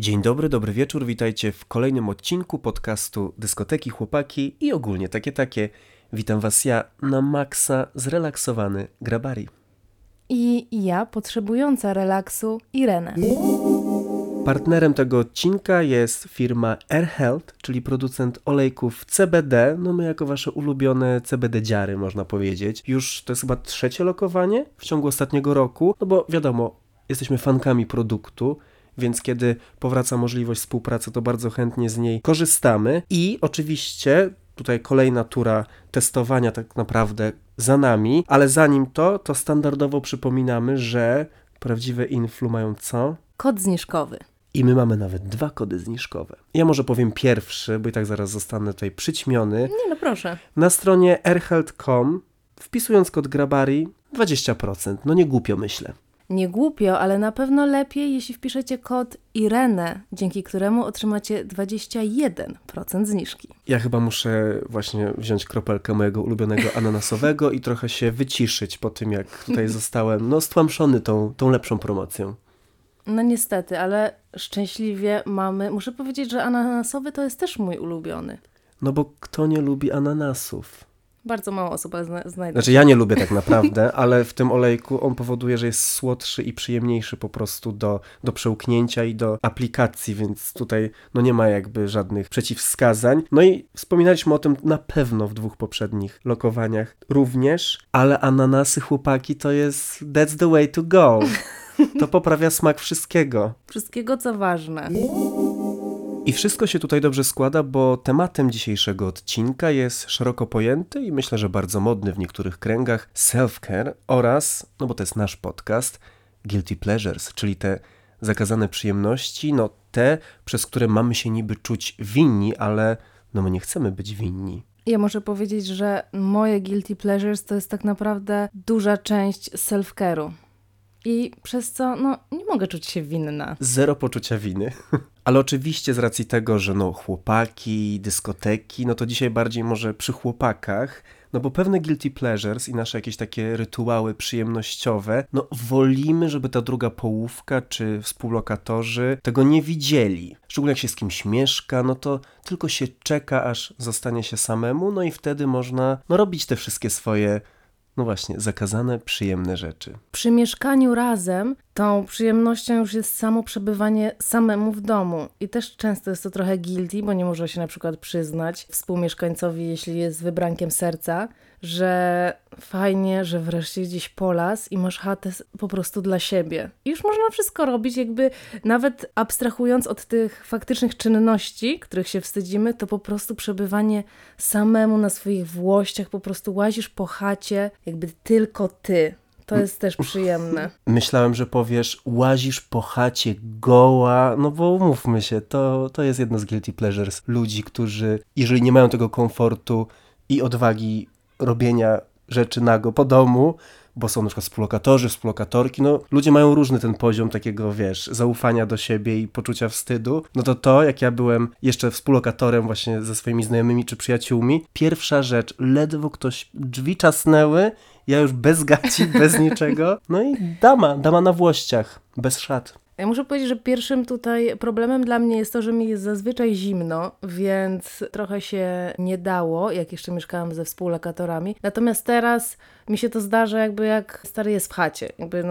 Dzień dobry, dobry wieczór, witajcie w kolejnym odcinku podcastu Dyskoteki Chłopaki i ogólnie takie. Witam was ja na maksa zrelaksowany Grabari. I ja potrzebująca relaksu Irenę. Partnerem tego odcinka jest firma AirHealth, czyli producent olejków CBD. No my jako wasze ulubione CBD-dziary można powiedzieć. Już to jest chyba 3. lokowanie w ciągu ostatniego roku, no bo wiadomo, jesteśmy fankami produktu. Więc kiedy powraca możliwość współpracy, to bardzo chętnie z niej korzystamy. I oczywiście tutaj kolejna tura testowania tak naprawdę za nami, ale zanim to standardowo przypominamy, że prawdziwe influ mają co? Kod zniżkowy. I my mamy nawet 2 kody zniżkowe. Ja może powiem pierwszy, bo i tak zaraz zostanę tutaj przyćmiony. Nie, no proszę. Na stronie airhealth.com wpisując kod Grabari 20%. No nie głupio myślę. Nie głupio, ale na pewno lepiej, jeśli wpiszecie kod Irenę, dzięki któremu otrzymacie 21% zniżki. Ja chyba muszę właśnie wziąć kropelkę mojego ulubionego ananasowego i trochę się wyciszyć po tym, jak tutaj zostałem stłamszony tą lepszą promocją. No niestety, ale szczęśliwie mamy... Muszę powiedzieć, że ananasowy to jest też mój ulubiony. No bo kto nie lubi ananasów? Bardzo mało osób znajdzie. Znaczy ja nie lubię tak naprawdę, ale w tym olejku on powoduje, że jest słodszy i przyjemniejszy po prostu do przełknięcia i do aplikacji, więc tutaj nie ma jakby żadnych przeciwwskazań. No i wspominaliśmy o tym na pewno w 2 poprzednich lokowaniach również, ale ananasy chłopaki to jest that's the way to go. To poprawia smak wszystkiego. Wszystkiego, co ważne. I wszystko się tutaj dobrze składa, bo tematem dzisiejszego odcinka jest szeroko pojęty i myślę, że bardzo modny w niektórych kręgach self-care oraz, bo to jest nasz podcast, guilty pleasures, czyli te zakazane przyjemności, te, przez które mamy się niby czuć winni, ale my nie chcemy być winni. Ja muszę powiedzieć, że moje guilty pleasures to jest tak naprawdę duża część self-care'u. I przez co, nie mogę czuć się winna. Zero poczucia winy. Ale oczywiście z racji tego, że chłopaki, dyskoteki, to dzisiaj bardziej może przy chłopakach, bo pewne guilty pleasures i nasze jakieś takie rytuały przyjemnościowe, wolimy, żeby ta druga połówka czy współlokatorzy tego nie widzieli. Szczególnie jak się z kimś mieszka, to tylko się czeka, aż zostanie się samemu, i wtedy można robić te wszystkie swoje właśnie, zakazane, przyjemne rzeczy. Przy mieszkaniu razem tą przyjemnością już jest samo przebywanie samemu w domu. I też często jest to trochę guilty, bo nie może się na przykład przyznać współmieszkańcowi, jeśli jest wybrankiem serca, że fajnie, że wreszcie gdzieś po las i masz chatę po prostu dla siebie. I już można wszystko robić, jakby nawet abstrahując od tych faktycznych czynności, których się wstydzimy, to po prostu przebywanie samemu na swoich włościach, po prostu łazisz po chacie, jakby tylko ty. To jest też przyjemne. Myślałem, że powiesz, łazisz po chacie goła, bo umówmy się, to jest jedno z guilty pleasures ludzi, którzy, jeżeli nie mają tego komfortu i odwagi robienia rzeczy nago po domu, bo są na przykład współlokatorzy, współlokatorki, ludzie mają różny ten poziom takiego, zaufania do siebie i poczucia wstydu, to jak ja byłem jeszcze współlokatorem właśnie ze swoimi znajomymi czy przyjaciółmi, pierwsza rzecz, ledwo ktoś drzwi czasnęły, ja już bez gaci, bez niczego, i dama na włościach, bez szat. Ja muszę powiedzieć, że pierwszym tutaj problemem dla mnie jest to, że mi jest zazwyczaj zimno, więc trochę się nie dało, jak jeszcze mieszkałam ze współlokatorami. Natomiast teraz mi się to zdarza jak stary jest w chacie.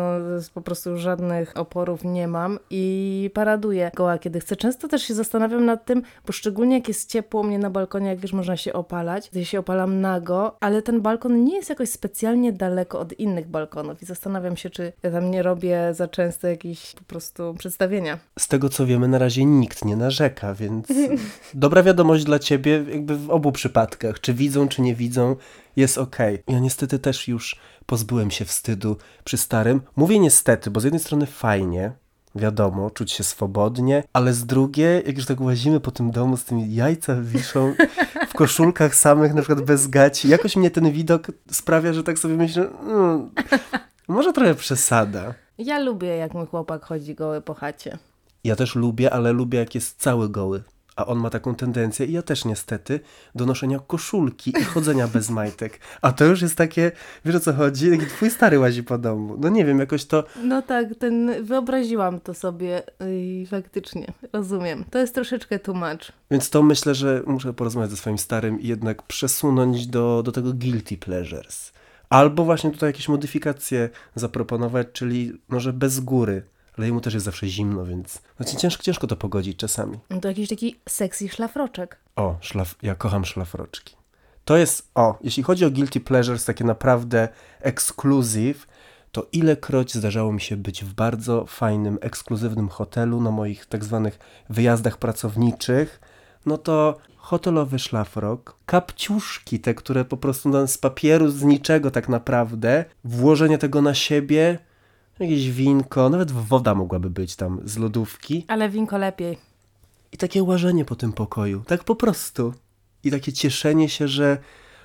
Po prostu żadnych oporów nie mam i paraduję goła, kiedy chcę. Często też się zastanawiam nad tym, bo szczególnie jak jest ciepło u mnie na balkonie, jak wiesz, można się opalać. Ja się opalam nago, ale ten balkon nie jest jakoś specjalnie daleko od innych balkonów i zastanawiam się, czy ja tam nie robię za często jakichś po prostu przedstawienia. Z tego co wiemy, na razie nikt nie narzeka, więc dobra wiadomość dla ciebie jakby w obu przypadkach. Czy widzą, czy nie widzą, jest okej. Ja niestety też już pozbyłem się wstydu przy starym. Mówię niestety, bo z jednej strony fajnie, wiadomo, czuć się swobodnie, ale z drugiej, jak już tak łazimy po tym domu, z tymi jajca wiszą w koszulkach samych, na przykład bez gaci, jakoś mnie ten widok sprawia, że tak sobie myślę, może trochę przesada. Ja lubię, jak mój chłopak chodzi goły po chacie. Ja też lubię, ale lubię, jak jest cały goły. A on ma taką tendencję, i ja też niestety, do noszenia koszulki i chodzenia bez majtek. A to już jest takie, wiesz o co chodzi? Taki twój stary łazi po domu. No nie wiem, jakoś to... No tak, wyobraziłam to sobie i faktycznie, rozumiem. To jest troszeczkę tłumacz. Więc to myślę, że muszę porozmawiać ze swoim starym i jednak przesunąć do tego guilty pleasures. Albo właśnie tutaj jakieś modyfikacje zaproponować, czyli może bez góry. Ale jemu też jest zawsze zimno, więc ciężko to pogodzić czasami. No to jakiś taki sexy szlafroczek. O, ja kocham szlafroczki. To jest, jeśli chodzi o guilty pleasures, takie naprawdę exclusive, to ilekroć zdarzało mi się być w bardzo fajnym, ekskluzywnym hotelu na moich tak zwanych wyjazdach pracowniczych, no to hotelowy szlafrok, kapciuszki te, które po prostu z papieru, z niczego tak naprawdę, włożenie tego na siebie, jakieś winko, nawet woda mogłaby być tam z lodówki. Ale winko lepiej. I takie łażenie po tym pokoju, tak po prostu. I takie cieszenie się, że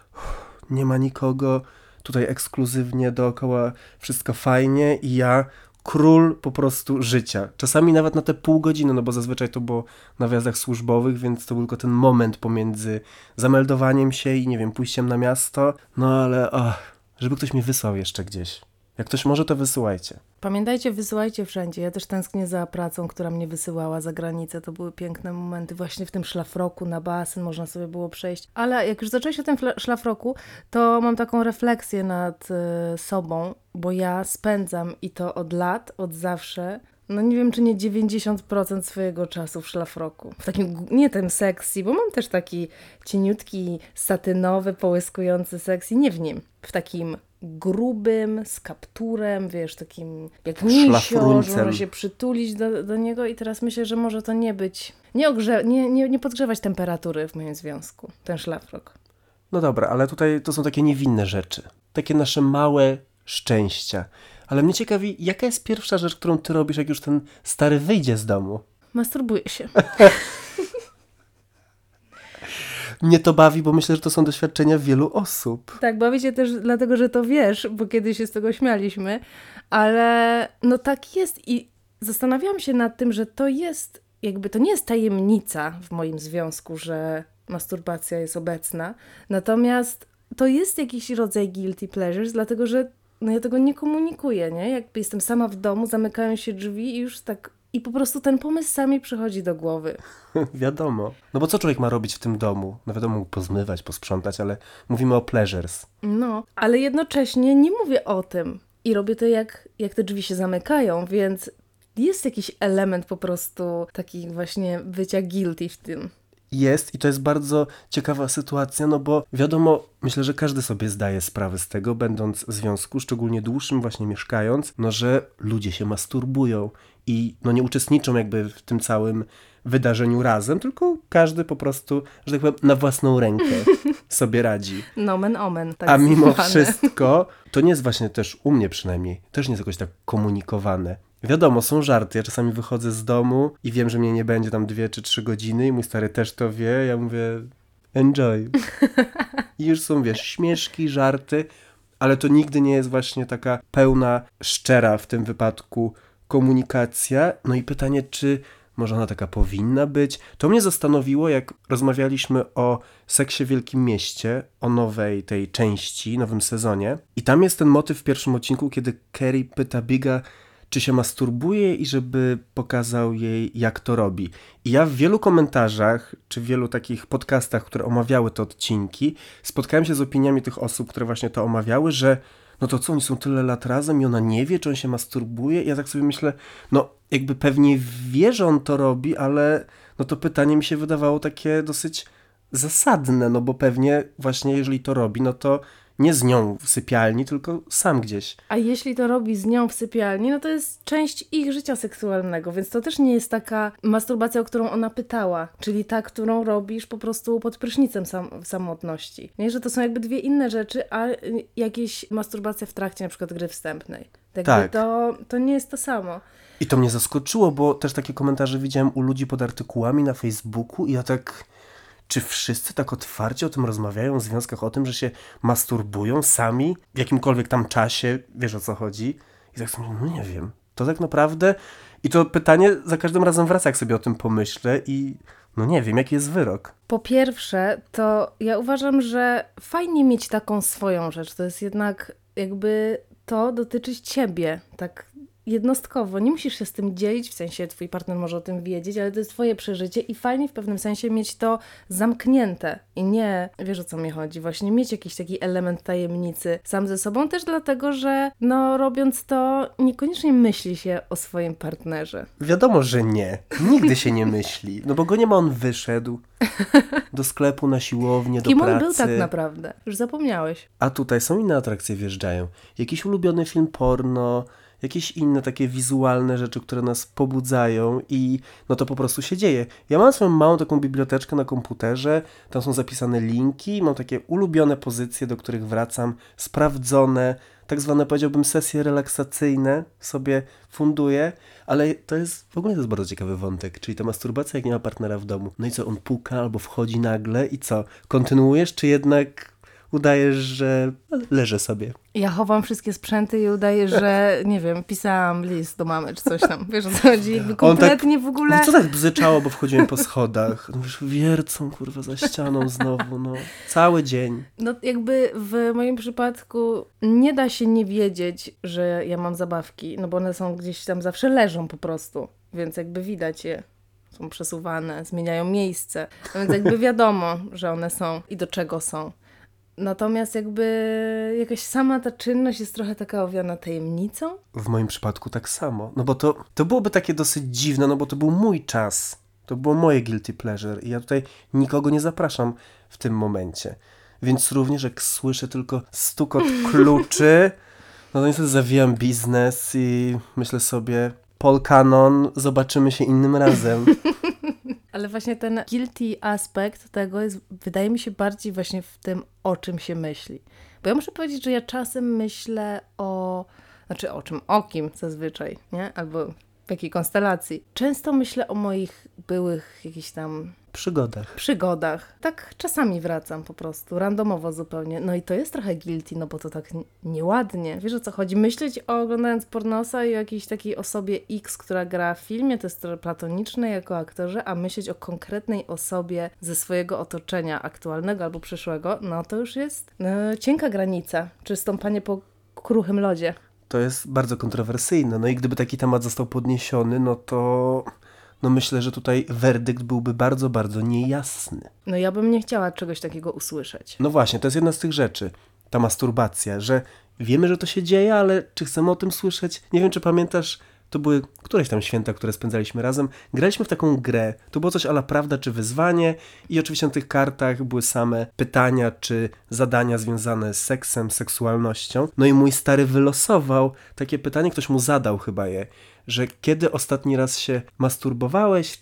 nie ma nikogo, tutaj ekskluzywnie dookoła wszystko fajnie i ja, król po prostu życia. Czasami nawet na te pół godziny, no bo zazwyczaj to było na wyjazdach służbowych, więc to był tylko ten moment pomiędzy zameldowaniem się i nie wiem, pójściem na miasto, no ale żeby ktoś mnie wysłał jeszcze gdzieś. Jak ktoś może, to wysyłajcie. Pamiętajcie, wysyłajcie wszędzie. Ja też tęsknię za pracą, która mnie wysyłała za granicę. To były piękne momenty właśnie w tym szlafroku na basen, można sobie było przejść. Ale jak już zaczęłeś o tym szlafroku, to mam taką refleksję nad sobą, bo ja spędzam i to od lat, od zawsze, no nie wiem, czy nie 90% swojego czasu w szlafroku. W takim, nie tym sexy, bo mam też taki cieniutki, satynowy, połyskujący sexy, nie w nim. W takim grubym, z kapturem, wiesz, takim jak misio, że można się przytulić do niego i teraz myślę, że może to nie być, nie podgrzewać temperatury w moim związku, ten szlafrok. No dobra, ale tutaj to są takie niewinne rzeczy, takie nasze małe szczęścia. Ale mnie ciekawi, jaka jest pierwsza rzecz, którą ty robisz, jak już ten stary wyjdzie z domu? Masturbuję się. Mnie to bawi, bo myślę, że to są doświadczenia wielu osób. Tak, bawi się też dlatego, że to wiesz, bo kiedyś się z tego śmialiśmy, ale no tak jest i zastanawiałam się nad tym, że to jest, jakby to nie jest tajemnica w moim związku, że masturbacja jest obecna, natomiast to jest jakiś rodzaj guilty pleasures, dlatego że no ja tego nie komunikuję, nie? Jakby jestem sama w domu, zamykają się drzwi i już tak i po prostu ten pomysł sami przychodzi do głowy. Wiadomo. No bo co człowiek ma robić w tym domu? No wiadomo, pozmywać, posprzątać, ale mówimy o pleasures. No, ale jednocześnie nie mówię o tym. I robię to jak te drzwi się zamykają, więc jest jakiś element po prostu takich właśnie bycia guilty w tym. Jest i to jest bardzo ciekawa sytuacja, no bo wiadomo, myślę, że każdy sobie zdaje sprawę z tego, będąc w związku, szczególnie dłuższym właśnie mieszkając, no że ludzie się masturbują i no nie uczestniczą jakby w tym całym wydarzeniu razem, tylko każdy po prostu, że tak powiem, na własną rękę sobie radzi. Nomen omen. Tak a mimo zwane. wszystko, to nie jest właśnie też u mnie przynajmniej, też nie jest jakoś tak komunikowane. Wiadomo, są żarty. Ja czasami wychodzę z domu i wiem, że mnie nie będzie tam 2 czy 3 godziny i mój stary też to wie. Ja mówię enjoy. I już są, wiesz, śmieszki, żarty, ale to nigdy nie jest właśnie taka pełna, szczera w tym wypadku komunikacja. No i pytanie, czy może ona taka powinna być? To mnie zastanowiło, jak rozmawialiśmy o Seksie w Wielkim Mieście, o nowej tej części, nowym sezonie. I tam jest ten motyw w pierwszym odcinku, kiedy Carrie pyta Biga, czy się masturbuje i żeby pokazał jej, jak to robi. I ja w wielu komentarzach, czy w wielu takich podcastach, które omawiały te odcinki, spotkałem się z opiniami tych osób, które właśnie to omawiały, że no to co, oni są tyle lat razem i ona nie wie, czy on się masturbuje? I ja tak sobie myślę, no jakby pewnie wie, że on to robi, ale no to pytanie mi się wydawało takie dosyć zasadne, no bo pewnie właśnie jeżeli to robi, no to nie z nią w sypialni, tylko sam gdzieś. A jeśli to robi z nią w sypialni, no to jest część ich życia seksualnego, więc to też nie jest taka masturbacja, o którą ona pytała, czyli ta, którą robisz po prostu pod prysznicem w samotności. Nie, że to są jakby 2 inne rzeczy, a jakieś masturbacja w trakcie na przykład gry wstępnej. Tak. To nie jest to samo. I to mnie zaskoczyło, bo też takie komentarze widziałem u ludzi pod artykułami na Facebooku i ja tak... Czy wszyscy tak otwarcie o tym rozmawiają w związkach, o tym, że się masturbują sami w jakimkolwiek tam czasie, wiesz o co chodzi? I tak sobie, no nie wiem, to tak naprawdę... I to pytanie za każdym razem wraca, jak sobie o tym pomyślę i No nie wiem, jaki jest wyrok. Po pierwsze, to ja uważam, że fajnie mieć taką swoją rzecz. To jest jednak jakby to dotyczyć ciebie, tak jednostkowo. Nie musisz się z tym dzielić, w sensie twój partner może o tym wiedzieć, ale to jest twoje przeżycie i fajnie w pewnym sensie mieć to zamknięte i nie, wiesz o co mi chodzi, właśnie mieć jakiś taki element tajemnicy sam ze sobą, też dlatego, że no robiąc to niekoniecznie myśli się o swoim partnerze. Wiadomo, że nie. Nigdy się nie myśli. No bo go nie ma, on wyszedł do sklepu, na siłownię, do Kim pracy. on był tak naprawdę? Już zapomniałeś. A tutaj są inne atrakcje wjeżdżają. Jakiś ulubiony film porno, jakieś inne takie wizualne rzeczy, które nas pobudzają i no to po prostu się dzieje. Ja mam swoją małą taką biblioteczkę na komputerze, tam są zapisane linki, mam takie ulubione pozycje, do których wracam, sprawdzone, tak zwane powiedziałbym sesje relaksacyjne sobie funduję, ale to jest bardzo ciekawy wątek, czyli ta masturbacja jak nie ma partnera w domu. No i co, on puka albo wchodzi nagle i co, kontynuujesz czy jednak udajesz, że leżę sobie? Ja chowam wszystkie sprzęty i udaję, że nie wiem, pisałam list do mamy czy coś tam. Wiesz o co chodzi? Jakby kompletnie w ogóle... No co tak bzyczało, bo wchodziłem po schodach? No wiesz, wiercą kurwa za ścianą znowu, no. Cały dzień. No jakby w moim przypadku nie da się nie wiedzieć, że ja mam zabawki, no bo one są gdzieś tam zawsze leżą po prostu, więc jakby widać je. Są przesuwane, zmieniają miejsce, no więc jakby wiadomo, że one są i do czego są. Natomiast jakby jakaś sama ta czynność jest trochę taka owiana tajemnicą. W moim przypadku tak samo. No bo to byłoby takie dosyć dziwne, no bo to był mój czas. To było moje guilty pleasure i ja tutaj nikogo nie zapraszam w tym momencie. Więc również jak słyszę tylko stukot kluczy, no to niestety zawijam biznes i myślę sobie, Paul Cannon, zobaczymy się innym razem. Ale właśnie ten guilty aspekt tego jest, wydaje mi się, bardziej właśnie w tym, o czym się myśli. Bo ja muszę powiedzieć, że ja czasem myślę o czym? O kim zazwyczaj, nie? Albo w jakiej konstelacji. Często myślę o moich byłych jakichś tam przygodach. Tak czasami wracam po prostu, randomowo zupełnie. No i to jest trochę guilty, no bo to tak nieładnie. Wiesz o co chodzi? Myśleć oglądając pornosa i o jakiejś takiej osobie X, która gra w filmie, to jest trochę platoniczne jako aktorze, a myśleć o konkretnej osobie ze swojego otoczenia aktualnego albo przyszłego, no to już jest cienka granica. Czy stąpanie po kruchym lodzie. To jest bardzo kontrowersyjne. No i gdyby taki temat został podniesiony, no to... No myślę, że tutaj werdykt byłby bardzo, bardzo niejasny. No ja bym nie chciała czegoś takiego usłyszeć. No właśnie, to jest jedna z tych rzeczy. Ta masturbacja, że wiemy, że to się dzieje, ale czy chcemy o tym słyszeć? Nie wiem, czy pamiętasz, to były któreś tam święta, które spędzaliśmy razem. Graliśmy w taką grę. To było coś a la prawda czy wyzwanie i oczywiście na tych kartach były same pytania czy zadania związane z seksem, seksualnością. No i mój stary wylosował takie pytanie, ktoś mu zadał chyba je, że kiedy ostatni raz się masturbowałeś,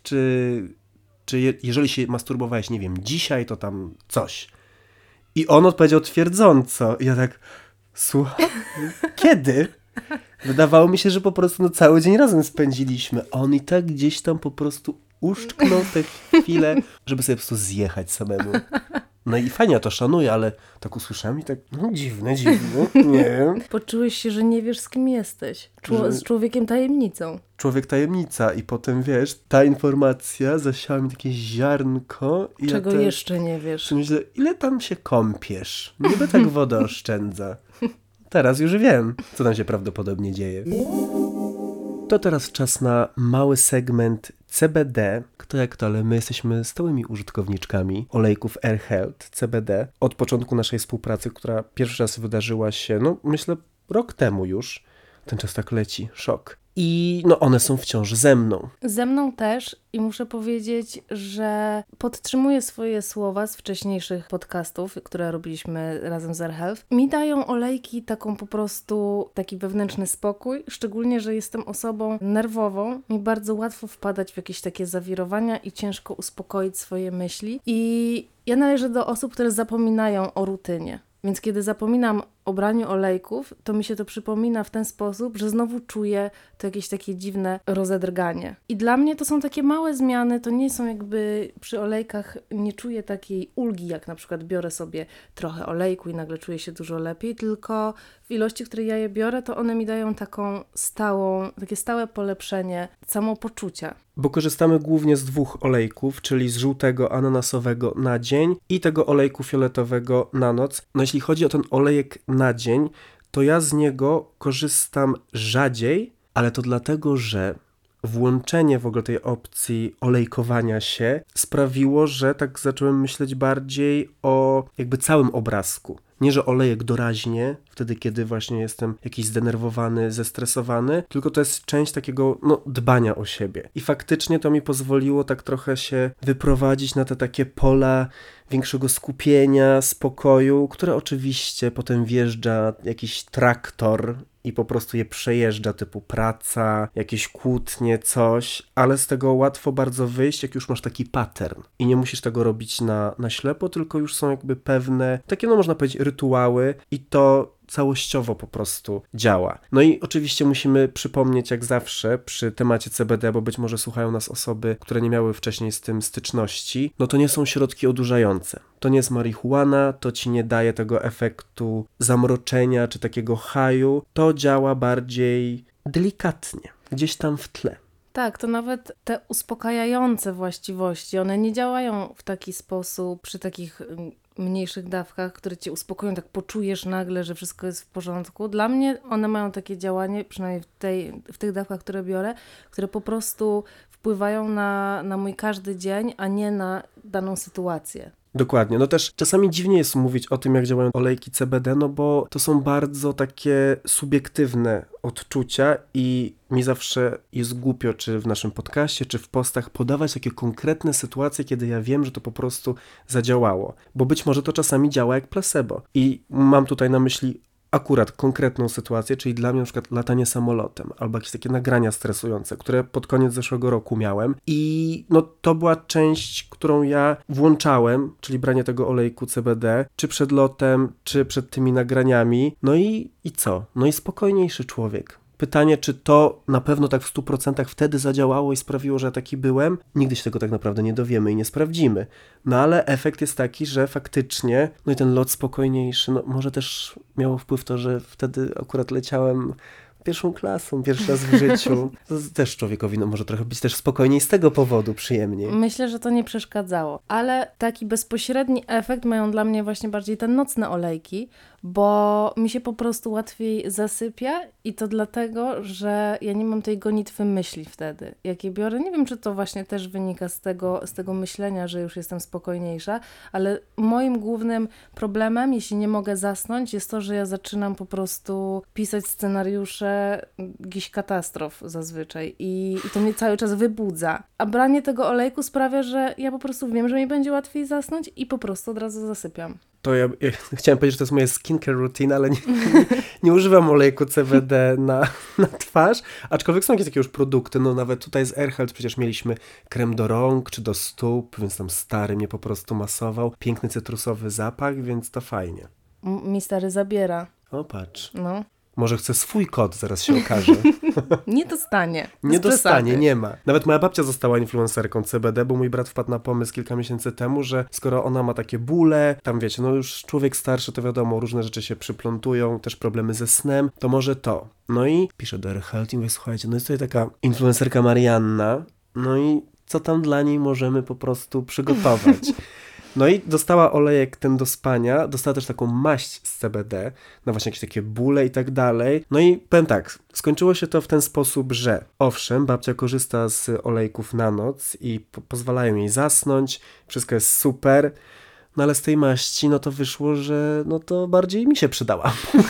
czy jeżeli się masturbowałeś, nie wiem, dzisiaj, to tam coś. I on odpowiedział twierdząco. I ja tak, słuchaj, kiedy? Wydawało mi się, że po prostu cały dzień razem spędziliśmy. A on i tak gdzieś tam po prostu uszczknął te chwile, żeby sobie po prostu zjechać samemu. No i fajnie, ja to szanuję, ale tak usłyszałem i tak, no dziwne, nie wiem. Poczułeś się, że nie wiesz, z kim jesteś. Z człowiekiem tajemnicą. Człowiek tajemnica i potem, wiesz, ta informacja zasiała mi takie ziarnko. I czego ja jeszcze nie wiesz. Myślę, ile tam się kąpiesz? Niby tak woda oszczędza. Teraz już wiem, co tam się prawdopodobnie dzieje. To teraz czas na mały segment CBD. Kto jak to, ale my jesteśmy stałymi użytkowniczkami olejków AirHealth CBD. Od początku naszej współpracy, która pierwszy raz wydarzyła się, no myślę, rok temu już. Ten czas tak leci, szok. I no one są wciąż ze mną. Ze mną też i muszę powiedzieć, że podtrzymuję swoje słowa z wcześniejszych podcastów, które robiliśmy razem z AirHealth. Mi dają olejki taką po prostu taki wewnętrzny spokój, szczególnie, że jestem osobą nerwową. Mi bardzo łatwo wpadać w jakieś takie zawirowania i ciężko uspokoić swoje myśli. I ja należę do osób, które zapominają o rutynie. Więc kiedy zapominam o braniu olejków, to mi się to przypomina w ten sposób, że znowu czuję to jakieś takie dziwne rozedrganie. I dla mnie to są takie małe zmiany, to nie są jakby przy olejkach, nie czuję takiej ulgi, jak na przykład biorę sobie trochę olejku i nagle czuję się dużo lepiej, tylko w ilości, w której ja je biorę, to one mi dają takie stałe polepszenie samopoczucia. Bo korzystamy głównie z 2 olejków, czyli z żółtego ananasowego na dzień i tego olejku fioletowego na noc. No jeśli chodzi o ten olejek na dzień, to ja z niego korzystam rzadziej, ale to dlatego, że włączenie w ogóle tej opcji olejkowania się sprawiło, że tak zacząłem myśleć bardziej o jakby całym obrazku. Nie, że olejek doraźnie, wtedy kiedy właśnie jestem jakiś zdenerwowany, zestresowany, tylko to jest część takiego dbania o siebie. I faktycznie to mi pozwoliło tak trochę się wyprowadzić na te takie pola większego skupienia, spokoju, które oczywiście potem wjeżdża jakiś traktor i po prostu je przejeżdża, typu praca, jakieś kłótnie, coś, ale z tego łatwo bardzo wyjść, jak już masz taki pattern i nie musisz tego robić na ślepo, tylko już są jakby pewne, takie można powiedzieć rytuały i to całościowo po prostu działa. No i oczywiście musimy przypomnieć jak zawsze przy temacie CBD, bo być może słuchają nas osoby, które nie miały wcześniej z tym styczności, no to nie są środki odurzające. To nie jest marihuana, to ci nie daje tego efektu zamroczenia czy takiego haju. To działa bardziej delikatnie, gdzieś tam w tle. Tak, to nawet te uspokajające właściwości, one nie działają w taki sposób przy takich mniejszych dawkach, które cię uspokoją, tak poczujesz nagle, że wszystko jest w porządku. Dla mnie one mają takie działanie, przynajmniej w tych dawkach, które biorę, które po prostu wpływają na mój każdy dzień, a nie na daną sytuację. Dokładnie. No też czasami dziwnie jest mówić o tym, jak działają olejki CBD, no bo to są bardzo takie subiektywne odczucia i mi zawsze jest głupio, czy w naszym podcaście, czy w postach podawać takie konkretne sytuacje, kiedy ja wiem, że to po prostu zadziałało. Bo być może to czasami działa jak placebo. I mam tutaj na myśli akurat konkretną sytuację, czyli dla mnie na przykład latanie samolotem albo jakieś takie nagrania stresujące, które pod koniec zeszłego roku miałem i to była część, którą ja włączałem, czyli branie tego olejku CBD, czy przed lotem, czy przed tymi nagraniami, no i co? No i spokojniejszy człowiek. Pytanie, czy to na pewno tak w 100% wtedy zadziałało i sprawiło, że taki byłem? Nigdy się tego tak naprawdę nie dowiemy i nie sprawdzimy. No ale efekt jest taki, że faktycznie, no i ten lot spokojniejszy, no może też miało wpływ to, że wtedy akurat leciałem pierwszą klasą, pierwszy raz w życiu. To też człowiekowi może trochę być też spokojniej z tego powodu, przyjemniej. Myślę, że to nie przeszkadzało, ale taki bezpośredni efekt mają dla mnie właśnie bardziej te nocne olejki, bo mi się po prostu łatwiej zasypia i to dlatego, że ja nie mam tej gonitwy myśli wtedy. Jak je biorę, nie wiem, czy to właśnie też wynika z tego myślenia, że już jestem spokojniejsza, ale moim głównym problemem, jeśli nie mogę zasnąć, jest to, że ja zaczynam po prostu pisać scenariusze jakichś katastrof zazwyczaj i to mnie cały czas wybudza. A branie tego olejku sprawia, że ja po prostu wiem, że mi będzie łatwiej zasnąć i po prostu od razu zasypiam. To ja chciałem powiedzieć, że to jest moje skincare routine, ale nie używam olejku CBD na twarz, aczkolwiek są jakieś takie już produkty, no nawet tutaj z AirHealth przecież mieliśmy krem do rąk czy do stóp, więc tam stary mnie po prostu masował, piękny cytrusowy zapach, więc to fajnie. Mi stary zabiera. O, patrz. No. Może chce swój kod, zaraz się okaże. Nie dostanie. Nie dostanie, nie ma. Nawet moja babcia została influencerką CBD, bo mój brat wpadł na pomysł kilka miesięcy temu, że skoro ona ma takie bóle, tam wiecie, no już człowiek starszy, to wiadomo, różne rzeczy się przyplątują, też problemy ze snem, to może to. No i pisze do AirHealth i mówię, słuchajcie, no jest tutaj taka influencerka Marianna, no i co tam dla niej możemy po prostu przygotować? No i dostała olejek ten do spania, dostała też taką maść z CBD, na właśnie jakieś takie bóle i tak dalej. No i powiem tak, skończyło się to w ten sposób, że owszem, babcia korzysta z olejków na noc i pozwalają jej zasnąć, wszystko jest super, no ale z tej maści no to wyszło, że no to bardziej mi się przydała.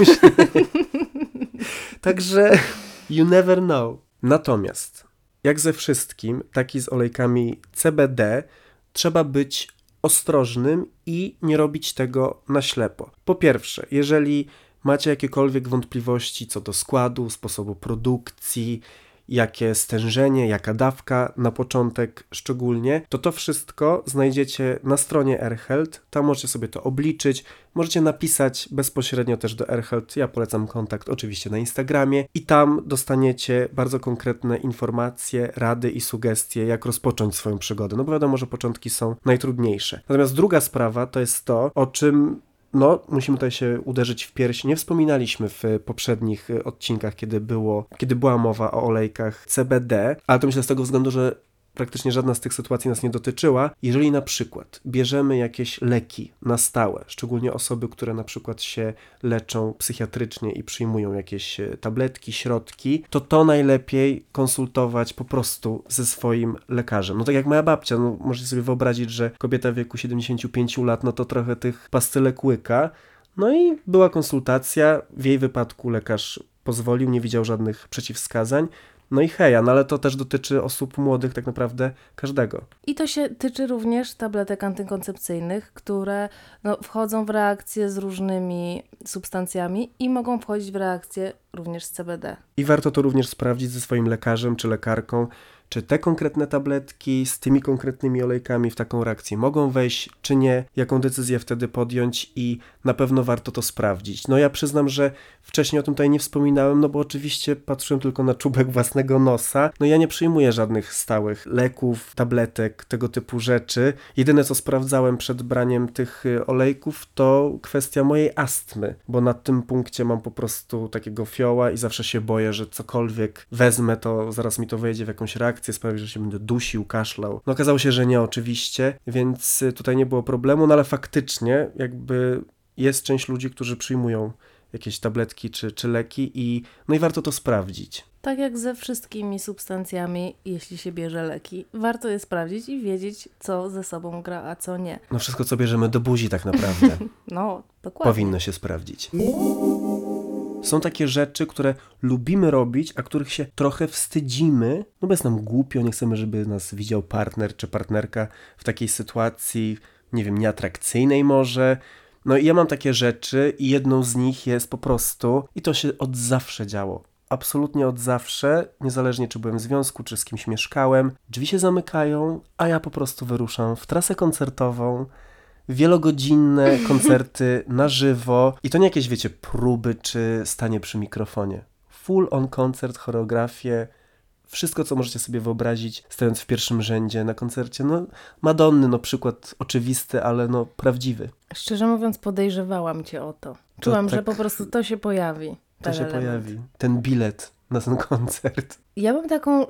Także you never know. Natomiast jak ze wszystkim, tak i z olejkami CBD, trzeba być ostrożnym i nie robić tego na ślepo. Po pierwsze, jeżeli macie jakiekolwiek wątpliwości co do składu, sposobu produkcji, jakie stężenie, jaka dawka na początek szczególnie, to wszystko znajdziecie na stronie AirHealth. Tam możecie sobie to obliczyć. Możecie napisać bezpośrednio też do AirHealth. Ja polecam kontakt oczywiście na Instagramie i tam dostaniecie bardzo konkretne informacje, rady i sugestie, jak rozpocząć swoją przygodę. No bo wiadomo, że początki są najtrudniejsze. Natomiast druga sprawa to jest to, o czym musimy tutaj się uderzyć w pierś. Nie wspominaliśmy w poprzednich odcinkach, kiedy była mowa o olejkach CBD, ale to myślę z tego względu, że praktycznie żadna z tych sytuacji nas nie dotyczyła. Jeżeli na przykład bierzemy jakieś leki na stałe, szczególnie osoby, które na przykład się leczą psychiatrycznie i przyjmują jakieś tabletki, środki, to najlepiej konsultować po prostu ze swoim lekarzem. No tak jak moja babcia, możecie sobie wyobrazić, że kobieta w wieku 75 lat, to trochę tych pastylek łyka. No i była konsultacja, w jej wypadku lekarz pozwolił, nie widział żadnych przeciwwskazań. No i heja, ale to też dotyczy osób młodych, tak naprawdę każdego. I to się tyczy również tabletek antykoncepcyjnych, które wchodzą w reakcję z różnymi substancjami i mogą wchodzić w reakcję również z CBD. I warto to również sprawdzić ze swoim lekarzem czy lekarką, czy te konkretne tabletki z tymi konkretnymi olejkami w taką reakcję mogą wejść, czy nie, jaką decyzję wtedy podjąć i na pewno warto to sprawdzić. Ja przyznam, że wcześniej o tym tutaj nie wspominałem, bo oczywiście patrzyłem tylko na czubek własnego nosa. Ja nie przyjmuję żadnych stałych leków, tabletek, tego typu rzeczy. Jedyne co sprawdzałem przed braniem tych olejków to kwestia mojej astmy, bo na tym punkcie mam po prostu takiego fioła i zawsze się boję, że cokolwiek wezmę, to zaraz mi to wejdzie w jakąś reakcję, sprawi, że się będę dusił, kaszlał. Okazało się, że nie oczywiście, więc tutaj nie było problemu, ale faktycznie jakby jest część ludzi, którzy przyjmują jakieś tabletki czy leki i warto to sprawdzić. Tak jak ze wszystkimi substancjami, jeśli się bierze leki, warto je sprawdzić i wiedzieć, co ze sobą gra, a co nie. Wszystko, co bierzemy do buzi tak naprawdę. Dokładnie. Powinno się sprawdzić. Są takie rzeczy, które lubimy robić, a których się trochę wstydzimy, bo jest nam głupio, nie chcemy, żeby nas widział partner czy partnerka w takiej sytuacji, nie wiem, nieatrakcyjnej może. I ja mam takie rzeczy i jedną z nich jest po prostu, i to się od zawsze działo, absolutnie od zawsze, niezależnie czy byłem w związku, czy z kimś mieszkałem, drzwi się zamykają, a ja po prostu wyruszam w trasę koncertową, wielogodzinne koncerty na żywo i to nie jakieś, wiecie, próby czy stanie przy mikrofonie. Full on koncert, choreografię, wszystko, co możecie sobie wyobrazić, stojąc w pierwszym rzędzie na koncercie. Madonny, przykład oczywisty, ale prawdziwy. Szczerze mówiąc, podejrzewałam cię o to. Czułam, że po prostu to się pojawi. To się pojawi. Ten bilet na ten koncert. Ja mam taką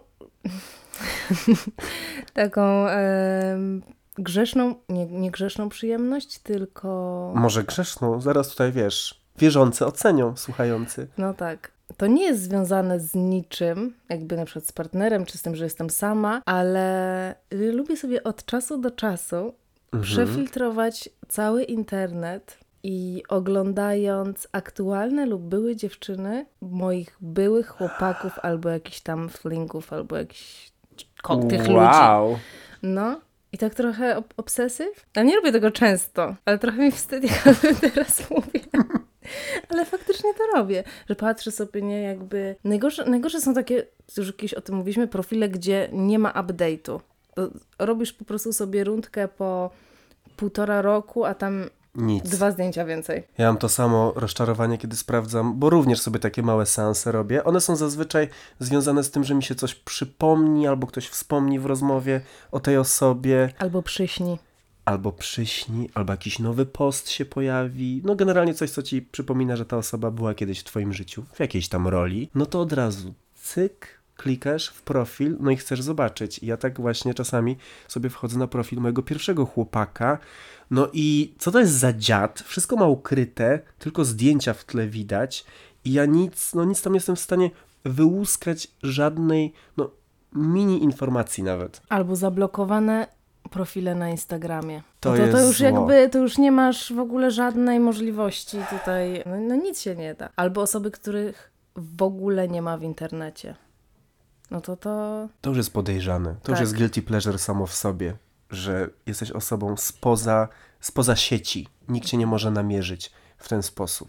grzeszną, nie grzeszną przyjemność, tylko... Może grzeszną, zaraz tutaj wierzący ocenią, słuchający. Tak. To nie jest związane z niczym, jakby na przykład z partnerem, czy z tym, że jestem sama, ale lubię sobie od czasu do czasu przefiltrować cały internet i oglądając aktualne lub były dziewczyny moich byłych chłopaków albo jakichś tam flingów, albo jakichś tych ludzi. I tak trochę obsesyw. Ja nie robię tego często, ale trochę mi wstyd, jak teraz mówię. Ale faktycznie to robię, że patrzę sobie, jakby... Najgorsze są takie, już kiedyś o tym mówiliśmy, profile, gdzie nie ma update'u. Robisz po prostu sobie rundkę po 1,5 roku, a tam nic. 2 zdjęcia więcej. Ja mam to samo rozczarowanie, kiedy sprawdzam, bo również sobie takie małe seanse robię. One są zazwyczaj związane z tym, że mi się coś przypomni, albo ktoś wspomni w rozmowie o tej osobie. Albo przyśni, albo jakiś nowy post się pojawi. Generalnie coś, co ci przypomina, że ta osoba była kiedyś w twoim życiu, w jakiejś tam roli. To od razu cyk, klikasz w profil, i chcesz zobaczyć. I ja tak właśnie czasami sobie wchodzę na profil mojego pierwszego chłopaka. I co to jest za dziad? Wszystko ma ukryte, tylko zdjęcia w tle widać. I ja nic tam nie jestem w stanie wyłuskać żadnej, mini informacji nawet. Albo zablokowane profile na Instagramie. To już zło. To już nie masz w ogóle żadnej możliwości tutaj, nic się nie da. Albo osoby, których w ogóle nie ma w internecie. To już jest podejrzane. To już jest guilty pleasure samo w sobie, że jesteś osobą spoza sieci. Nikt cię nie może namierzyć w ten sposób.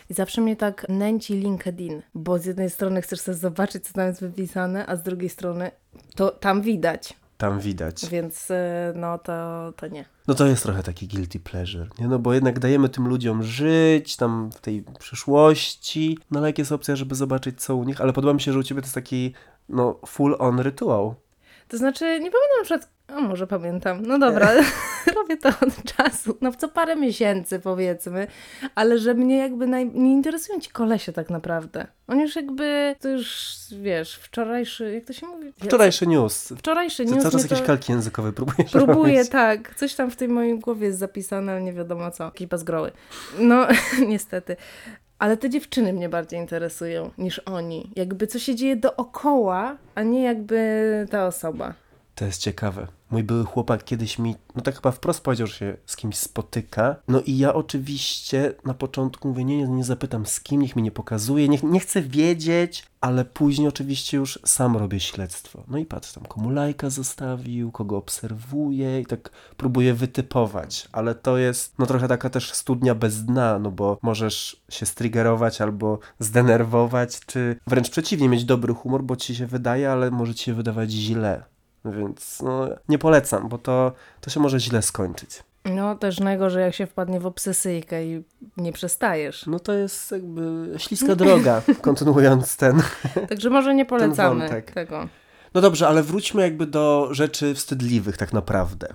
I zawsze mnie tak nęci LinkedIn, bo z jednej strony chcesz sobie zobaczyć, co tam jest wypisane, a z drugiej strony to tam widać. Tam widać. Więc no to nie. No to jest trochę taki guilty pleasure, nie? No bo jednak dajemy tym ludziom żyć tam w tej przyszłości, no ale jak jest opcja, żeby zobaczyć co u nich, ale podoba mi się, że u ciebie to jest taki, no, full on rytuał. To znaczy, nie pamiętam na przykład, a może pamiętam, no dobra, robię to od czasu, no co parę miesięcy powiedzmy, ale że mnie jakby nie interesują ci kolesie tak naprawdę. On już jakby, to już wiesz, wczorajszy, jak to się mówi? Wczorajszy news. Wczorajszy Ty news. cały czas mnie jakieś to... kalki językowe próbujesz Próbuję, robić. tak. Coś tam w tej mojej głowie jest zapisane, ale nie wiadomo co. Jakieś bazgroły. No, niestety. Ale te dziewczyny mnie bardziej interesują niż oni. Jakby co się dzieje dookoła, a nie jakby ta osoba. To jest ciekawe. Mój były chłopak kiedyś mi, no tak chyba wprost powiedział, że się z kimś spotyka. No i ja oczywiście na początku mówię, nie zapytam z kim, niech mi nie pokazuje, nie chcę wiedzieć, ale później oczywiście już sam robię śledztwo. No i patrz tam, komu lajka zostawił, kogo obserwuję i tak próbuję wytypować. Ale to jest no trochę taka też studnia bez dna, no bo możesz się striggerować albo zdenerwować, czy wręcz przeciwnie, mieć dobry humor, bo ci się wydaje, ale może ci się wydawać źle. Więc no, nie polecam, bo to się może źle skończyć. No też najgorzej, jak się wpadnie w obsesyjkę i nie przestajesz. No to jest jakby śliska droga, kontynuując ten Także może nie polecamy wątek. tego. No dobrze, ale wróćmy jakby do rzeczy wstydliwych tak naprawdę.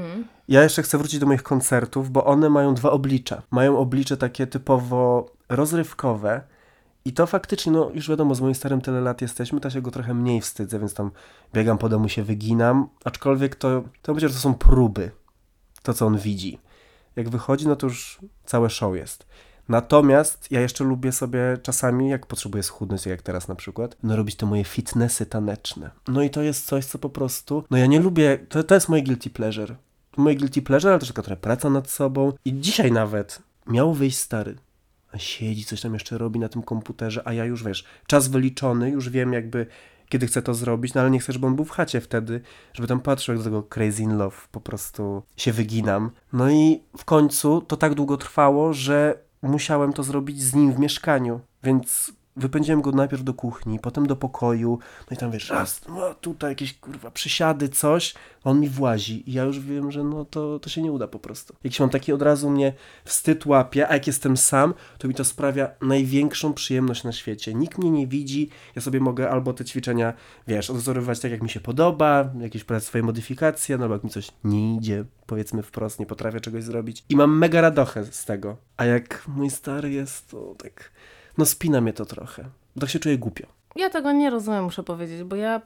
Ja jeszcze chcę wrócić do moich koncertów, bo one mają dwa oblicza. Mają oblicze takie typowo rozrywkowe, i to faktycznie, no już wiadomo, z moim starym tyle lat jesteśmy, to się go trochę mniej wstydzę, więc tam biegam po domu, się wyginam, aczkolwiek to będzie, że to są próby, to co on widzi. Jak wychodzi, no to już całe show jest. Natomiast ja jeszcze lubię sobie czasami, jak potrzebuję schudnąć, jak teraz na przykład, no robić te moje fitnessy taneczne. No i to jest coś, co po prostu, no ja nie lubię, to jest moje guilty pleasure. Moje guilty pleasure, ale też taka trochę praca nad sobą. I dzisiaj nawet miał wyjść stary. A siedzi, coś tam jeszcze robi na tym komputerze, a ja już, wiesz, czas wyliczony, już wiem jakby, kiedy chcę to zrobić, no ale nie chcę, żeby on był w chacie wtedy, żeby tam patrzył jak do tego Crazy in Love, po prostu się wyginam. No i w końcu to tak długo trwało, że musiałem to zrobić z nim w mieszkaniu, więc wypędziłem go najpierw do kuchni, potem do pokoju, no i tam wiesz, raz, no tutaj jakieś kurwa przysiady, coś, a on mi włazi i ja już wiem, że no to się nie uda po prostu. Jak się mam taki od razu mnie wstyd łapie, a jak jestem sam, to mi to sprawia największą przyjemność na świecie. Nikt mnie nie widzi, ja sobie mogę albo te ćwiczenia, wiesz, odwzorowywać tak jak mi się podoba, jakieś swoje modyfikacje, no albo jak mi coś nie idzie, powiedzmy wprost, nie potrafię czegoś zrobić i mam mega radochę z tego. A jak mój stary jest, to tak... No spina mnie to trochę. Tak się czuję głupio. Ja tego nie rozumiem, muszę powiedzieć, bo ja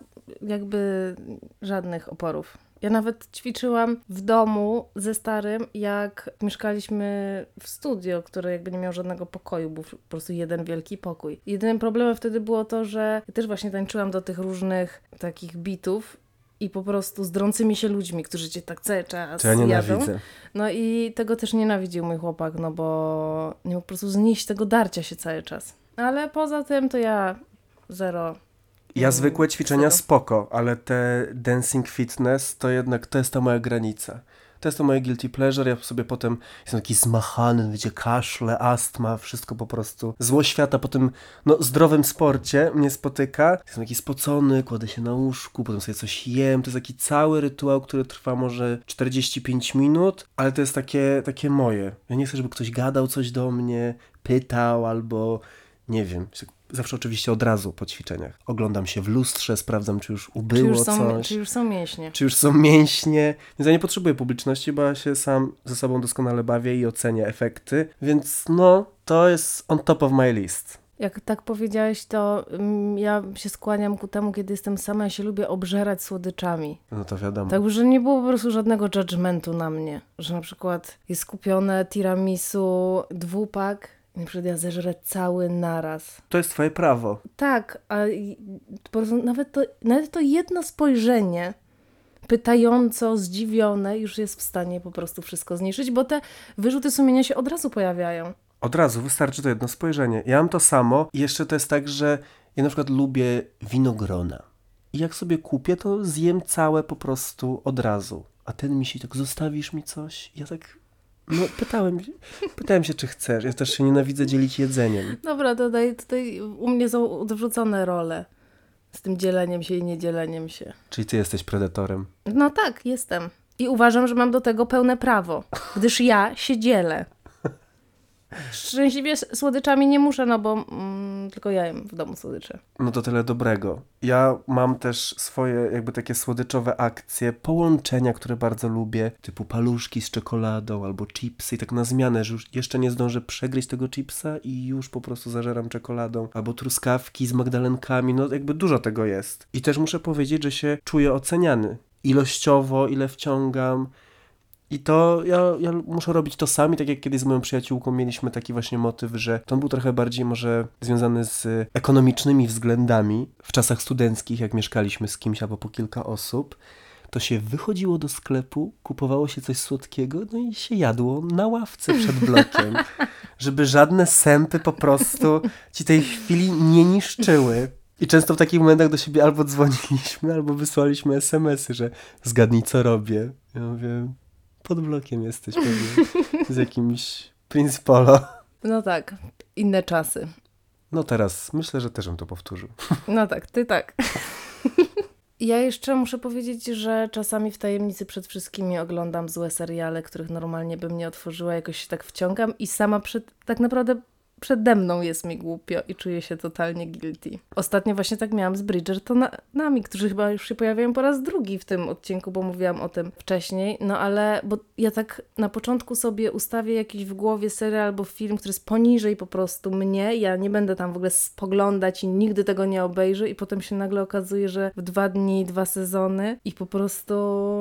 jakby żadnych oporów. Ja nawet ćwiczyłam w domu ze starym, jak mieszkaliśmy w studio, które jakby nie miało żadnego pokoju, był po prostu jeden wielki pokój. Jedynym problemem wtedy było to, że ja też właśnie tańczyłam do tych różnych takich bitów i po prostu z drącymi się ludźmi, którzy cię tak cały czas To ja nienawidzę. jadą. No i tego też nienawidził mój chłopak, no bo nie mógł po prostu znieść tego darcia się cały czas. Ale poza tym to ja zero. Ja zwykłe ćwiczenia wstydu. spoko, ale te dancing fitness to jednak to jest ta moja granica. To jest to moje guilty pleasure, ja sobie potem jestem taki zmachany, wiecie, kaszle, astma, wszystko po prostu. Zło świata po tym, no, zdrowym sporcie mnie spotyka. Jestem taki spocony, kładę się na łóżku, potem sobie coś jem. To jest taki cały rytuał, który trwa może 45 minut, ale to jest takie moje. Ja nie chcę, żeby ktoś gadał coś do mnie, pytał albo, nie wiem, zawsze oczywiście od razu po ćwiczeniach. Oglądam się w lustrze, sprawdzam, czy już ubyło coś. Czy już są mięśnie. Czy już są mięśnie. Więc ja nie potrzebuję publiczności, bo ja się sam ze sobą doskonale bawię i ocenię efekty. Więc no, to jest on top of my list. Jak tak powiedziałeś, to ja się skłaniam ku temu, kiedy jestem sama, ja się lubię obżerać słodyczami. No to wiadomo. Tak, że nie było po prostu żadnego judgmentu na mnie. Że na przykład jest kupione tiramisu dwupak, na przykład ja zeżrę cały naraz. To jest twoje prawo. Tak, a po prostu nawet to jedno spojrzenie pytająco, zdziwione już jest w stanie po prostu wszystko zniszczyć, bo te wyrzuty sumienia się od razu pojawiają. Od razu wystarczy to jedno spojrzenie. Ja mam to samo i jeszcze to jest tak, że ja na przykład lubię winogrona. I jak sobie kupię, to zjem całe po prostu od razu. A ten mi się tak, zostawisz mi coś? Ja tak... No pytałem się, czy chcesz. Ja też się nienawidzę dzielić jedzeniem. Dobra, tutaj u mnie są odwrócone role z tym dzieleniem się i niedzieleniem się. Czyli ty jesteś predatorem. No tak, jestem. I uważam, że mam do tego pełne prawo, gdyż ja się dzielę. Szczęśliwie słodyczami nie muszę, no bo tylko ja jem w domu słodycze. No to tyle dobrego. Ja mam też swoje jakby takie słodyczowe akcje, połączenia, które bardzo lubię, typu paluszki z czekoladą albo chipsy i tak na zmianę, że już jeszcze nie zdążę przegryźć tego chipsa i już po prostu zażeram czekoladą, albo truskawki z magdalenkami, no jakby dużo tego jest. I też muszę powiedzieć, że się czuję oceniany. Ilościowo, ile wciągam. I to ja muszę robić to sami, tak jak kiedyś z moją przyjaciółką mieliśmy taki właśnie motyw, że to był trochę bardziej może związany z ekonomicznymi względami. W czasach studenckich, jak mieszkaliśmy z kimś albo po kilka osób, to się wychodziło do sklepu, kupowało się coś słodkiego, no i się jadło na ławce przed blokiem, żeby żadne sępy po prostu ci tej chwili nie niszczyły. I często w takich momentach do siebie albo dzwoniliśmy, albo wysłaliśmy SMS-y, że zgadnij co robię. Ja mówię... Pod blokiem jesteś pewnie, z jakimś Prince Polo. No tak, inne czasy. No teraz myślę, że też bym to powtórzył. No tak, ty tak. Ja jeszcze muszę powiedzieć, że czasami w tajemnicy przed wszystkimi oglądam złe seriale, których normalnie bym nie otworzyła, jakoś się tak wciągam i sama tak naprawdę przede mną jest mi głupio i czuję się totalnie guilty. Ostatnio właśnie tak miałam z Bridgertonami, którzy chyba już się pojawiają po raz drugi w tym odcinku, bo mówiłam o tym wcześniej, no ale, bo ja tak na początku sobie ustawię jakiś w głowie serial albo film, który jest poniżej po prostu mnie, ja nie będę tam w ogóle spoglądać i nigdy tego nie obejrzę i potem się nagle okazuje, że w 2 dni, 2 sezony i po prostu...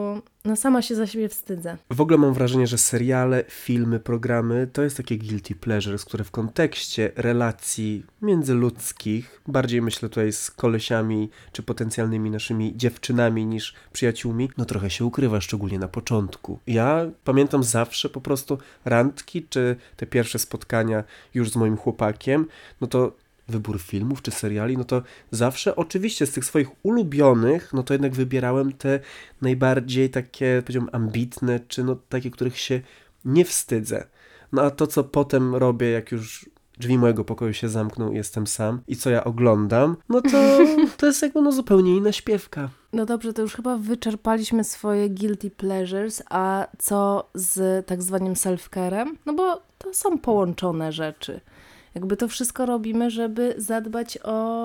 No sama się za siebie wstydzę. W ogóle mam wrażenie, że seriale, filmy, programy to jest takie guilty pleasures, które w kontekście relacji międzyludzkich, bardziej myślę tutaj z kolesiami czy potencjalnymi naszymi dziewczynami niż przyjaciółmi, no trochę się ukrywa, szczególnie na początku. Ja pamiętam zawsze po prostu randki czy te pierwsze spotkania już z moim chłopakiem, no to wybór filmów czy seriali, no to zawsze oczywiście z tych swoich ulubionych, no to jednak wybierałem te najbardziej takie, powiedziałbym, ambitne, czy no takie, których się nie wstydzę. No a to, co potem robię, jak już drzwi mojego pokoju się zamkną i jestem sam i co ja oglądam, no to jest jakby no zupełnie inna śpiewka. No dobrze, to już chyba wyczerpaliśmy swoje guilty pleasures, a co z tak zwanym self-carem? No bo to są połączone rzeczy. Jakby to wszystko robimy, żeby zadbać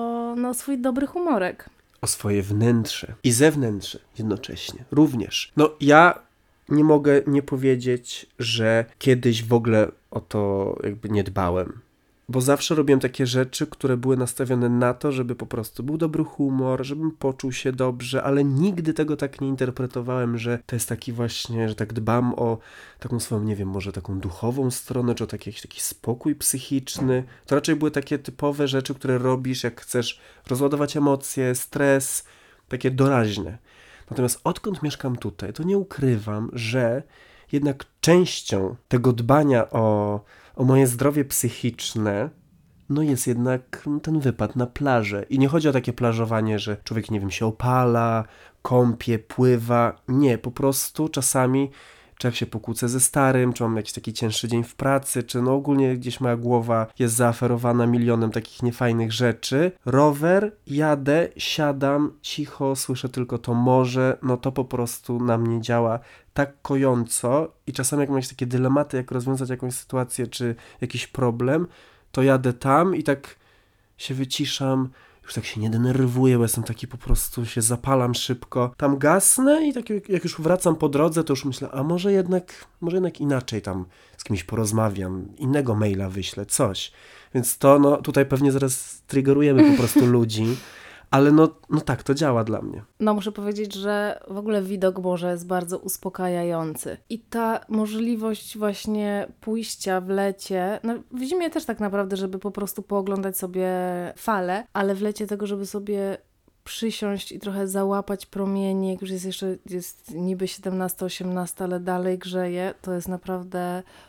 o swój dobry humorek. O swoje wnętrze i zewnętrze jednocześnie, również. No ja nie mogę nie powiedzieć, że kiedyś w ogóle o to jakby nie dbałem. Bo zawsze robiłem takie rzeczy, które były nastawione na to, żeby po prostu był dobry humor, żebym poczuł się dobrze, ale nigdy tego tak nie interpretowałem, że to jest taki właśnie, że tak dbam o taką swoją, nie wiem, może taką duchową stronę, czy o jakiś taki spokój psychiczny. To raczej były takie typowe rzeczy, które robisz, jak chcesz rozładować emocje, stres, takie doraźne. Natomiast odkąd mieszkam tutaj, to nie ukrywam, że jednak częścią tego dbania o moje zdrowie psychiczne, no jest jednak ten wypad na plażę. I nie chodzi o takie plażowanie, że człowiek, nie wiem, się opala, kąpie, pływa. Nie, po prostu czasami, czy jak się pokłócę ze starym, czy mam jakiś taki cięższy dzień w pracy, czy no ogólnie gdzieś moja głowa jest zaaferowana milionem takich niefajnych rzeczy. Rower, jadę, siadam, cicho, słyszę tylko to morze, no to po prostu na mnie działa tak kojąco i czasami jak mam jakieś takie dylematy, jak rozwiązać jakąś sytuację czy jakiś problem, to jadę tam i tak się wyciszam, już tak się nie denerwuję, bo jestem taki po prostu, się zapalam szybko, tam gasnę i tak jak już wracam po drodze, to już myślę, a może jednak inaczej tam z kimś porozmawiam, innego maila wyślę, coś. Więc to, no tutaj pewnie zaraz triggerujemy po prostu ludzi, ale no tak, to działa dla mnie. No muszę powiedzieć, że w ogóle widok morza jest bardzo uspokajający. I ta możliwość właśnie pójścia w lecie, no w zimie też tak naprawdę, żeby po prostu pooglądać sobie fale, ale w lecie tego, żeby sobie przysiąść i trochę załapać promienie, jak już jest niby 17-18, ale dalej grzeje, to jest naprawdę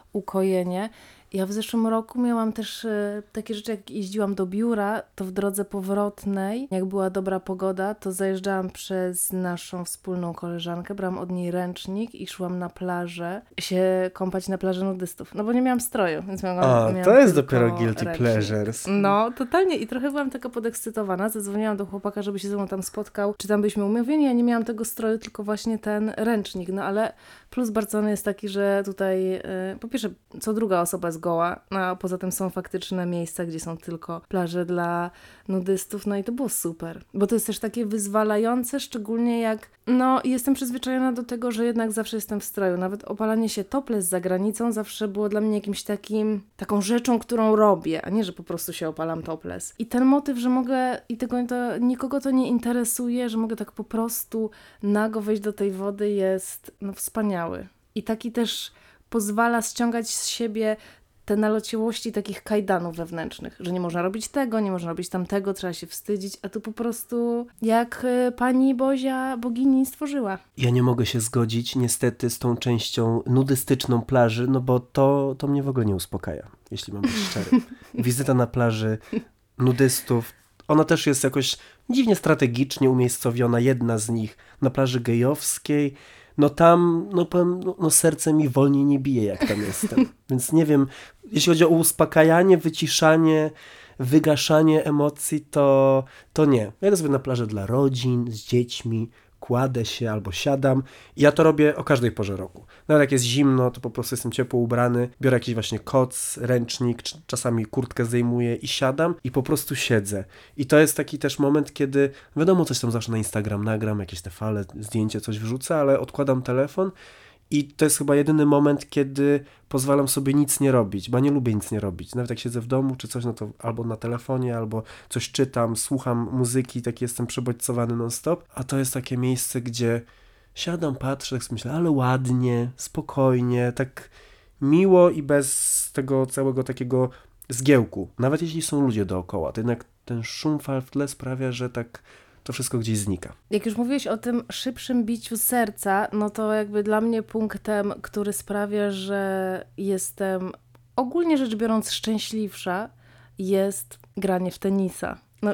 ukojenie. Ja w zeszłym roku miałam też takie rzeczy, jak jeździłam do biura, to w drodze powrotnej, jak była dobra pogoda, to zajeżdżałam przez naszą wspólną koleżankę, brałam od niej ręcznik i szłam na plażę, się kąpać na plaży nudystów. No bo nie miałam stroju, więc miałam to jest tylko dopiero guilty ręcznik. pleasures. No, totalnie. I trochę byłam taka podekscytowana. Zadzwoniłam do chłopaka, żeby się ze mną tam spotkał, czy tam byliśmy umówieni. Ja nie miałam tego stroju, tylko właśnie ten ręcznik. No ale plus Barcelony jest taki, że tutaj po pierwsze co druga osoba jest goła, no, a poza tym są faktyczne miejsca, gdzie są tylko plaże dla nudystów, no i to było super. Bo to jest też takie wyzwalające, szczególnie jak, no jestem przyzwyczajona do tego, że jednak zawsze jestem w stroju. Nawet opalanie się topless za granicą zawsze było dla mnie jakimś taką rzeczą, którą robię, a nie, że po prostu się opalam topless. I ten motyw, że mogę, i nikogo to nie interesuje, że mogę tak po prostu nago wejść do tej wody jest, no wspaniały. I taki też pozwala ściągać z siebie te naleciałości takich kajdanów wewnętrznych, że nie można robić tego, nie można robić tamtego, trzeba się wstydzić, a tu po prostu jak pani Bozia bogini stworzyła. Ja nie mogę się zgodzić niestety z tą częścią nudystyczną plaży, no bo to mnie w ogóle nie uspokaja, jeśli mam być szczery. Wizyta na plaży nudystów, ona też jest jakoś dziwnie strategicznie umiejscowiona, jedna z nich na plaży gejowskiej. No tam, no serce mi wolniej nie bije, jak tam jestem. Więc nie wiem, jeśli chodzi o uspokajanie, wyciszanie, wygaszanie emocji, to nie. Ja idę sobie na plażę dla rodzin, z dziećmi, kładę się albo siadam. I ja to robię o każdej porze roku. Nawet jak jest zimno, to po prostu jestem ciepło ubrany, biorę jakiś właśnie koc, ręcznik, czasami kurtkę zdejmuję i siadam i po prostu siedzę. I to jest taki też moment, kiedy wiadomo, coś tam zawsze na Instagram nagram, jakieś te fale, zdjęcie, coś wrzucę, ale odkładam telefon i to jest chyba jedyny moment, kiedy pozwalam sobie nic nie robić, bo ja nie lubię nic nie robić. Nawet jak siedzę w domu czy coś, no to albo na telefonie, albo coś czytam, słucham muzyki, tak jestem przebodźcowany non-stop, a to jest takie miejsce, gdzie siadam, patrzę, tak sobie myślę, ale ładnie, spokojnie, tak miło i bez tego całego takiego zgiełku. Nawet jeśli są ludzie dookoła, to jednak ten szum fal w tle sprawia, że tak to wszystko gdzieś znika. Jak już mówiłeś o tym szybszym biciu serca, no to jakby dla mnie punktem, który sprawia, że jestem ogólnie rzecz biorąc szczęśliwsza, jest granie w tenisa. No,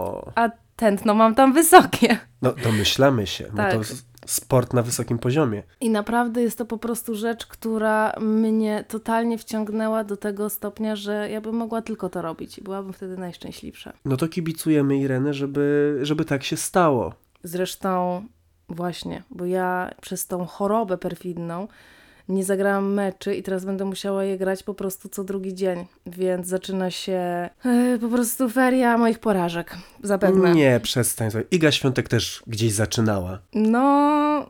a tętno mam tam wysokie. No domyślamy się, tak. No to sport na wysokim poziomie. I naprawdę jest to po prostu rzecz, która mnie totalnie wciągnęła do tego stopnia, że ja bym mogła tylko to robić. Byłabym wtedy najszczęśliwsza. No to kibicujemy Irenę, żeby tak się stało. Zresztą właśnie, bo ja przez tą chorobę perfidną nie zagrałam meczy i teraz będę musiała je grać po prostu co drugi dzień, więc zaczyna się po prostu feria moich porażek, zapewne. Nie, przestań. Iga Świątek też gdzieś zaczynała. No,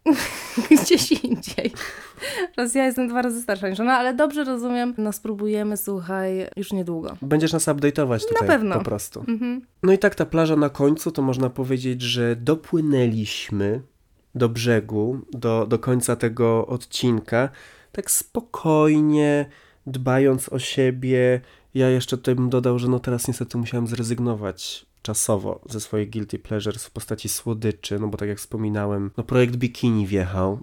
gdzieś indziej. Raz ja jestem 2 razy starsza niż ona, ale dobrze rozumiem. No spróbujemy, słuchaj, już niedługo. Będziesz nas update'ować tutaj na pewno. Po prostu. No i tak ta plaża na końcu, to można powiedzieć, że dopłynęliśmy do brzegu, do końca tego odcinka, tak spokojnie, dbając o siebie. Ja jeszcze tutaj bym dodał, że no teraz niestety musiałem zrezygnować czasowo ze swojej guilty pleasures w postaci słodyczy, no bo tak jak wspominałem, no projekt Bikini wjechał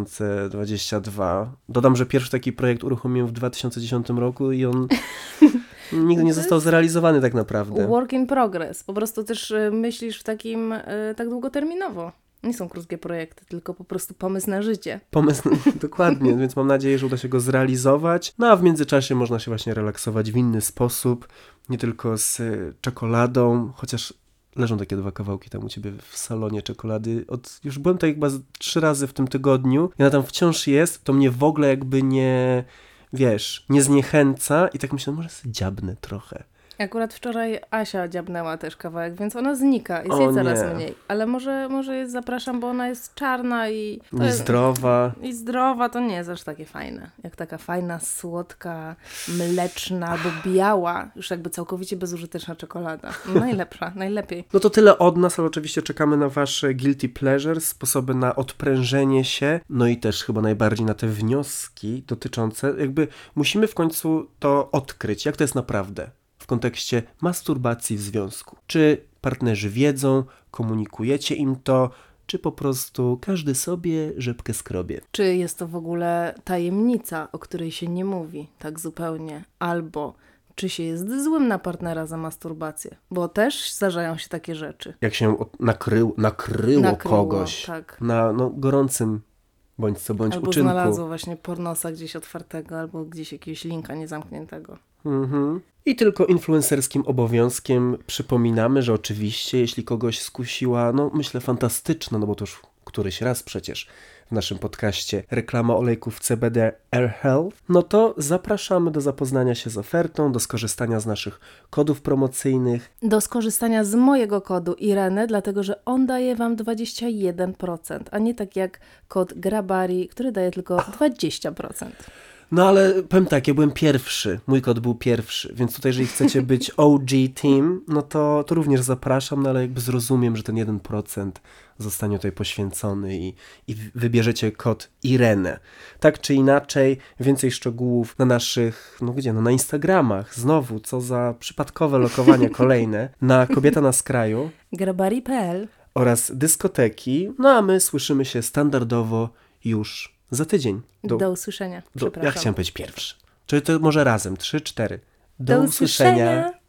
2022. Dodam, że pierwszy taki projekt uruchomiłem w 2010 roku i on nigdy nie został zrealizowany tak naprawdę. Work in progress. Po prostu też myślisz w takim tak długoterminowo. Nie są krótkie projekty, tylko po prostu pomysł na życie. Pomysł, dokładnie, więc mam nadzieję, że uda się go zrealizować. No a w międzyczasie można się właśnie relaksować w inny sposób, nie tylko z czekoladą, chociaż leżą takie 2 kawałki tam u ciebie w salonie czekolady. Już byłem tak chyba 3 razy w tym tygodniu i ona tam wciąż jest, to mnie w ogóle jakby nie, wiesz, nie zniechęca i tak myślę, może sobie dziabnę trochę. Akurat wczoraj Asia dziabnęła też kawałek, więc ona znika. Jest jej coraz mniej. Ale może jest, zapraszam, bo ona jest czarna i zdrowa. I zdrowa to nie jest aż takie fajne. Jak taka fajna, słodka, mleczna albo biała, już jakby całkowicie bezużyteczna czekolada. Najlepsza, najlepiej. No to tyle od nas, ale oczywiście czekamy na wasze guilty pleasures, sposoby na odprężenie się, no i też chyba najbardziej na te wnioski dotyczące, jakby musimy w końcu to odkryć, jak to jest naprawdę. W kontekście masturbacji w związku. Czy partnerzy wiedzą, komunikujecie im to, czy po prostu każdy sobie rzepkę skrobie. Czy jest to w ogóle tajemnica, o której się nie mówi tak zupełnie? Albo czy się jest złym na partnera za masturbację? Bo też zdarzają się takie rzeczy. Jak się nakryło kogoś tak. na gorącym bądź co bądź Albo uczynku. znalazło właśnie pornosa gdzieś otwartego, albo gdzieś jakiegoś linka niezamkniętego. I tylko influencerskim obowiązkiem przypominamy, że oczywiście, jeśli kogoś skusiła, myślę fantastyczna, bo to już któryś raz przecież w naszym podcaście reklama olejków CBD Air Health, to zapraszamy do zapoznania się z ofertą, do skorzystania z naszych kodów promocyjnych. Do skorzystania z mojego kodu Ireny, dlatego że on daje Wam 21%, a nie tak jak kod Grabari, który daje tylko 20%. Ale powiem tak, ja byłem pierwszy, mój kod był pierwszy, więc tutaj jeżeli chcecie być OG team, to również zapraszam, ale jakby zrozumiem, że ten 1% zostanie tutaj poświęcony i wybierzecie kod Irenę. Tak czy inaczej, więcej szczegółów na naszych, na Instagramach, znowu, co za przypadkowe lokowanie kolejne, na Kobieta na skraju Grabari.pl oraz dyskoteki, a my słyszymy się standardowo już za tydzień. Do usłyszenia. Ja chciałem być pierwszy. Czyli to może razem. 3, 4. Do usłyszenia. usłyszenia.